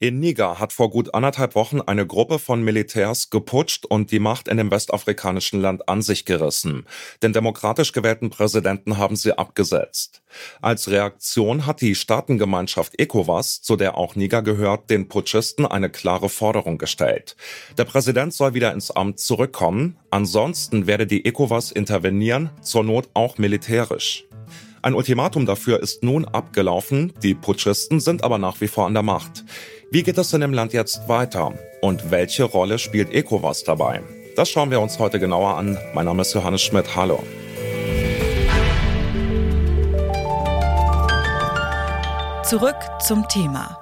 In Niger hat vor gut 1,5 Wochen eine Gruppe von Militärs geputscht und die Macht in dem westafrikanischen Land an sich gerissen. Den demokratisch gewählten Präsidenten haben sie abgesetzt. Als Reaktion hat die Staatengemeinschaft ECOWAS, zu der auch Niger gehört, den Putschisten eine klare Forderung gestellt. Der Präsident soll wieder ins Amt zurückkommen, ansonsten werde die ECOWAS intervenieren, zur Not auch militärisch. Ein Ultimatum dafür ist nun abgelaufen, die Putschisten sind aber nach wie vor an der Macht. Wie geht es in dem Land jetzt weiter? Und welche Rolle spielt ECOWAS dabei? Das schauen wir uns heute genauer an. Mein Name ist Johannes Schmidt. Hallo. Zurück zum Thema.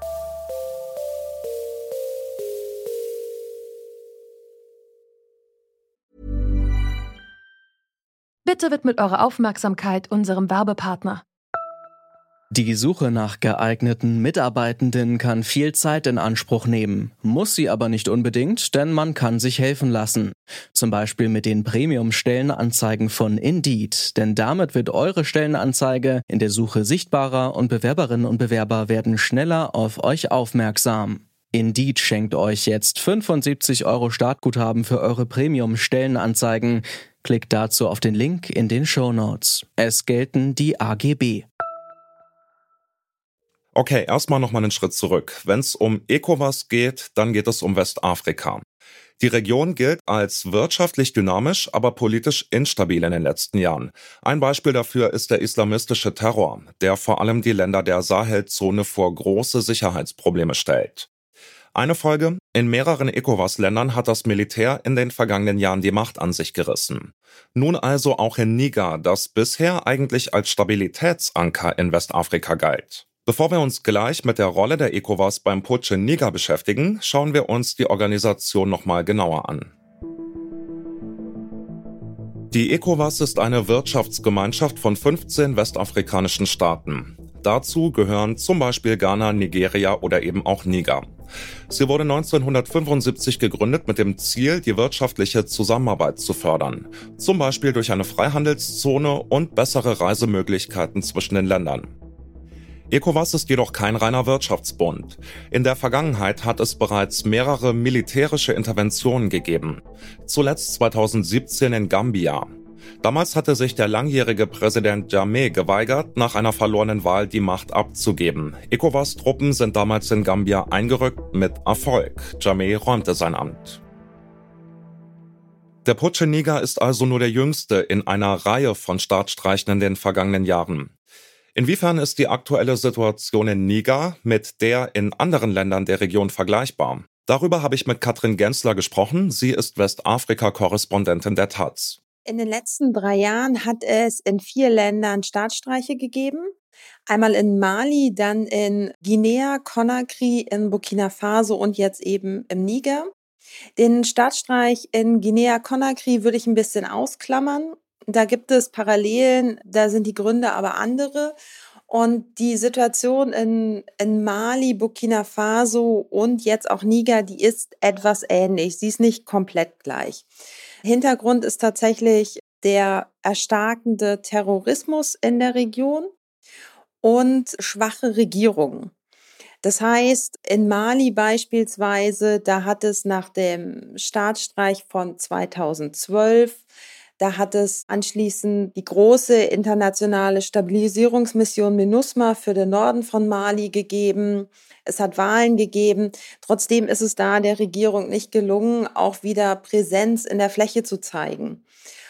Bitte widmet eure Aufmerksamkeit unserem Werbepartner. Die Suche nach geeigneten Mitarbeitenden kann viel Zeit in Anspruch nehmen, muss sie aber nicht unbedingt, denn man kann sich helfen lassen. Zum Beispiel mit den Premium-Stellenanzeigen von Indeed, denn damit wird eure Stellenanzeige in der Suche sichtbarer und Bewerberinnen und Bewerber werden schneller auf euch aufmerksam. Indeed schenkt euch jetzt 75 € Startguthaben für eure Premium-Stellenanzeigen. Klickt dazu auf den Link in den Shownotes. Es gelten die AGB. Okay, erstmal nochmal einen Schritt zurück. Wenn es um ECOWAS geht, dann geht es um Westafrika. Die Region gilt als wirtschaftlich dynamisch, aber politisch instabil in den letzten Jahren. Ein Beispiel dafür ist der islamistische Terror, der vor allem die Länder der Sahelzone vor große Sicherheitsprobleme stellt. Eine Folge: In mehreren ECOWAS-Ländern hat das Militär in den vergangenen Jahren die Macht an sich gerissen. Nun also auch in Niger, das bisher eigentlich als Stabilitätsanker in Westafrika galt. Bevor wir uns gleich mit der Rolle der ECOWAS beim Putsch in Niger beschäftigen, schauen wir uns die Organisation nochmal genauer an. Die ECOWAS ist eine Wirtschaftsgemeinschaft von 15 westafrikanischen Staaten. Dazu gehören zum Beispiel Ghana, Nigeria oder eben auch Niger. Sie wurde 1975 gegründet mit dem Ziel, die wirtschaftliche Zusammenarbeit zu fördern. Zum Beispiel durch eine Freihandelszone und bessere Reisemöglichkeiten zwischen den Ländern. ECOWAS ist jedoch kein reiner Wirtschaftsbund. In der Vergangenheit hat es bereits mehrere militärische Interventionen gegeben. Zuletzt 2017 in Gambia. Damals hatte sich der langjährige Präsident Jammeh geweigert, nach einer verlorenen Wahl die Macht abzugeben. ECOWAS-Truppen sind damals in Gambia eingerückt mit Erfolg. Jammeh räumte sein Amt. Der Putsch in Niger ist also nur der jüngste in einer Reihe von Staatsstreichen in den vergangenen Jahren. Inwiefern ist die aktuelle Situation in Niger mit der in anderen Ländern der Region vergleichbar? Darüber habe ich mit Katrin Gensler gesprochen. Sie ist Westafrika-Korrespondentin der taz. In den letzten 3 Jahren hat es in 4 Ländern Staatsstreiche gegeben. Einmal in Mali, dann in Guinea, Conakry, in Burkina Faso und jetzt eben im Niger. Den Staatsstreich in Guinea, Conakry würde ich ein bisschen ausklammern. Da gibt es Parallelen, da sind die Gründe aber andere. Und die Situation in Mali, Burkina Faso und jetzt auch Niger, die ist etwas ähnlich. Sie ist nicht komplett gleich. Hintergrund ist tatsächlich der erstarkende Terrorismus in der Region und schwache Regierungen. Das heißt, in Mali beispielsweise, da hat es nach dem Staatsstreich von 2012, da hat es anschließend die große internationale Stabilisierungsmission MINUSMA für den Norden von Mali gegeben. Es hat Wahlen gegeben. Trotzdem ist es da der Regierung nicht gelungen, auch wieder Präsenz in der Fläche zu zeigen.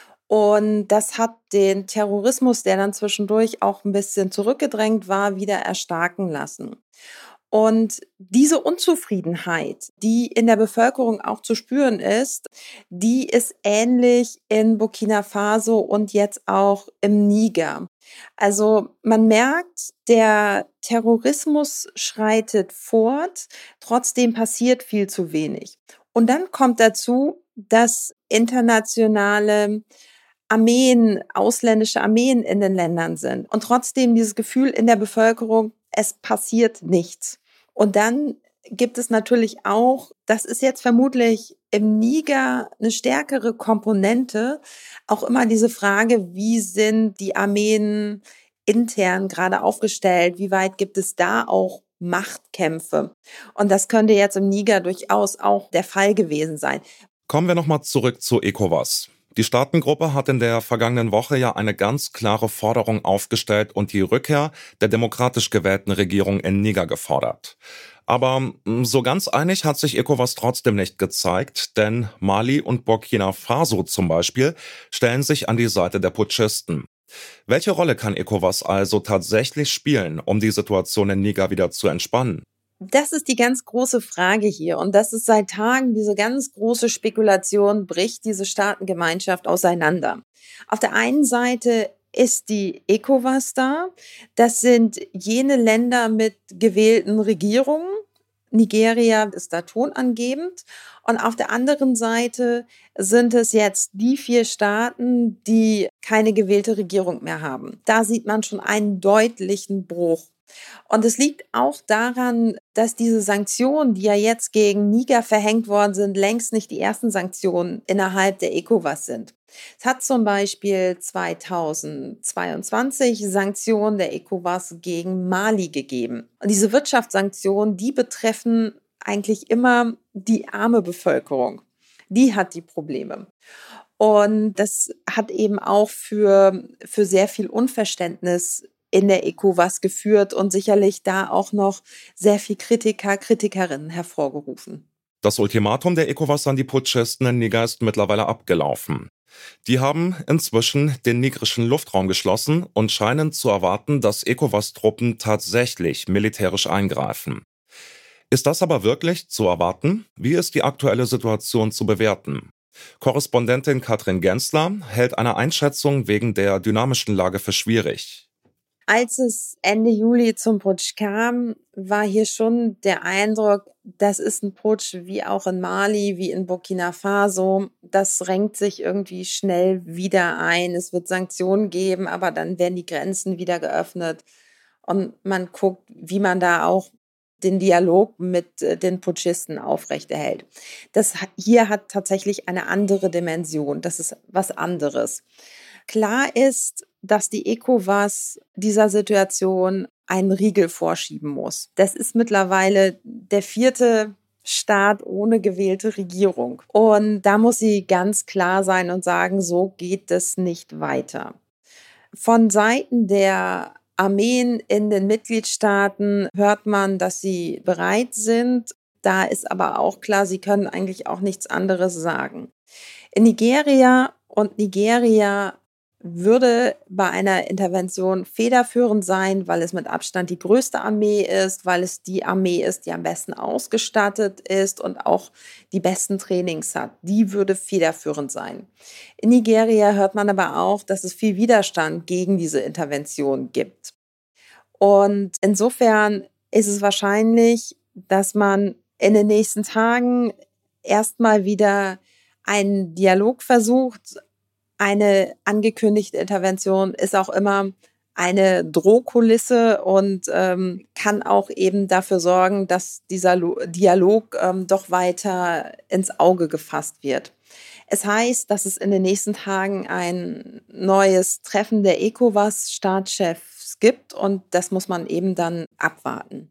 Und das hat den Terrorismus, der dann zwischendurch auch ein bisschen zurückgedrängt war, wieder erstarken lassen. Und diese Unzufriedenheit, die in der Bevölkerung auch zu spüren ist, die ist ähnlich in Burkina Faso und jetzt auch im Niger. Also man merkt, der Terrorismus schreitet fort, trotzdem passiert viel zu wenig. Und dann kommt dazu, dass internationale Armeen, ausländische Armeen in den Ländern sind und trotzdem dieses Gefühl in der Bevölkerung, es passiert nichts. Und dann gibt es natürlich auch, das ist jetzt vermutlich im Niger eine stärkere Komponente, auch immer diese Frage, wie sind die Armeen intern gerade aufgestellt, wie weit gibt es da auch Machtkämpfe. Und das könnte jetzt im Niger durchaus auch der Fall gewesen sein. Kommen wir nochmal zurück zu ECOWAS. Die Staatengruppe hat in der vergangenen Woche ja eine ganz klare Forderung aufgestellt und die Rückkehr der demokratisch gewählten Regierung in Niger gefordert. Aber so ganz einig hat sich ECOWAS trotzdem nicht gezeigt, denn Mali und Burkina Faso zum Beispiel stellen sich an die Seite der Putschisten. Welche Rolle kann ECOWAS also tatsächlich spielen, um die Situation in Niger wieder zu entspannen? Das ist die ganz große Frage hier. Und das ist seit Tagen diese ganz große Spekulation, bricht diese Staatengemeinschaft auseinander. Auf der einen Seite ist die ECOWAS da. Das sind jene Länder mit gewählten Regierungen. Nigeria ist da tonangebend. Und auf der anderen Seite sind es jetzt die 4 Staaten, die keine gewählte Regierung mehr haben. Da sieht man schon einen deutlichen Bruch. Und es liegt auch daran, dass diese Sanktionen, die ja jetzt gegen Niger verhängt worden sind, längst nicht die ersten Sanktionen innerhalb der ECOWAS sind. Es hat zum Beispiel 2022 Sanktionen der ECOWAS gegen Mali gegeben. Und diese Wirtschaftssanktionen, die betreffen eigentlich immer die arme Bevölkerung. Die hat die Probleme. Und das hat eben auch für sehr viel Unverständnis in der ECOWAS geführt und sicherlich da auch noch sehr viel Kritikerinnen hervorgerufen. Das Ultimatum der ECOWAS an die Putschisten in Niger ist mittlerweile abgelaufen. Die haben inzwischen den nigerischen Luftraum geschlossen und scheinen zu erwarten, dass ECOWAS-Truppen tatsächlich militärisch eingreifen. Ist das aber wirklich zu erwarten? Wie ist die aktuelle Situation zu bewerten? Korrespondentin Katrin Gensler hält eine Einschätzung wegen der dynamischen Lage für schwierig. Als es Ende Juli zum Putsch kam, war hier schon der Eindruck, das ist ein Putsch wie auch in Mali, wie in Burkina Faso. Das renkt sich irgendwie schnell wieder ein. Es wird Sanktionen geben, aber dann werden die Grenzen wieder geöffnet. Und man guckt, wie man da auch den Dialog mit den Putschisten aufrechterhält. Das hier hat tatsächlich eine andere Dimension. Das ist was anderes. Klar ist, dass die ECOWAS dieser Situation einen Riegel vorschieben muss. Das ist mittlerweile der 4. Staat ohne gewählte Regierung. Und da muss sie ganz klar sein und sagen, so geht es nicht weiter. Von Seiten der Armeen in den Mitgliedstaaten hört man, dass sie bereit sind. Da ist aber auch klar, sie können eigentlich auch nichts anderes sagen. In Nigeria würde bei einer Intervention federführend sein, weil es mit Abstand die größte Armee ist, weil es die Armee ist, die am besten ausgestattet ist und auch die besten Trainings hat. Die würde federführend sein. In Nigeria hört man aber auch, dass es viel Widerstand gegen diese Intervention gibt. Und insofern ist es wahrscheinlich, dass man in den nächsten Tagen erstmal wieder einen Dialog versucht. Eine angekündigte Intervention ist auch immer eine Drohkulisse und kann auch eben dafür sorgen, dass dieser Dialog doch weiter ins Auge gefasst wird. Es heißt, dass es in den nächsten Tagen ein neues Treffen der ECOWAS-Staatschefs gibt und das muss man eben dann abwarten.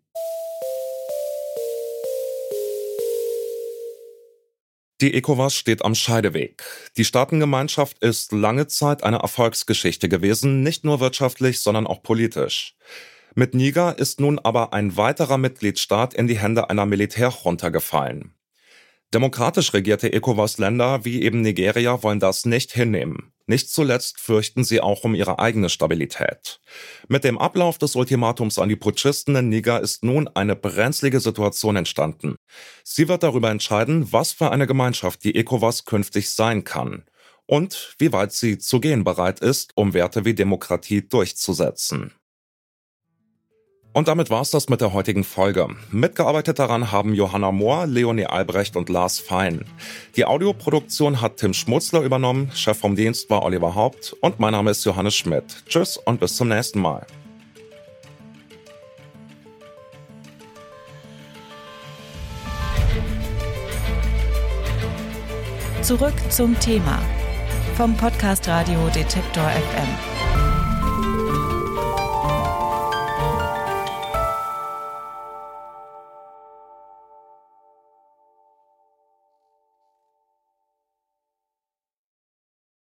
Die ECOWAS steht am Scheideweg. Die Staatengemeinschaft ist lange Zeit eine Erfolgsgeschichte gewesen, nicht nur wirtschaftlich, sondern auch politisch. Mit Niger ist nun aber ein weiterer Mitgliedstaat in die Hände einer Militärjunta gefallen. Demokratisch regierte ECOWAS-Länder wie eben Nigeria wollen das nicht hinnehmen. Nicht zuletzt fürchten sie auch um ihre eigene Stabilität. Mit dem Ablauf des Ultimatums an die Putschisten in Niger ist nun eine brenzlige Situation entstanden. Sie wird darüber entscheiden, was für eine Gemeinschaft die ECOWAS künftig sein kann und wie weit sie zu gehen bereit ist, um Werte wie Demokratie durchzusetzen. Und damit war's das mit der heutigen Folge. Mitgearbeitet daran haben Johanna Mohr, Leonie Albrecht und Lars Fein. Die Audioproduktion hat Tim Schmutzler übernommen, Chef vom Dienst war Oliver Haupt und mein Name ist Johannes Schmidt. Tschüss und bis zum nächsten Mal. Zurück zum Thema vom Podcast Radio Detektor FM.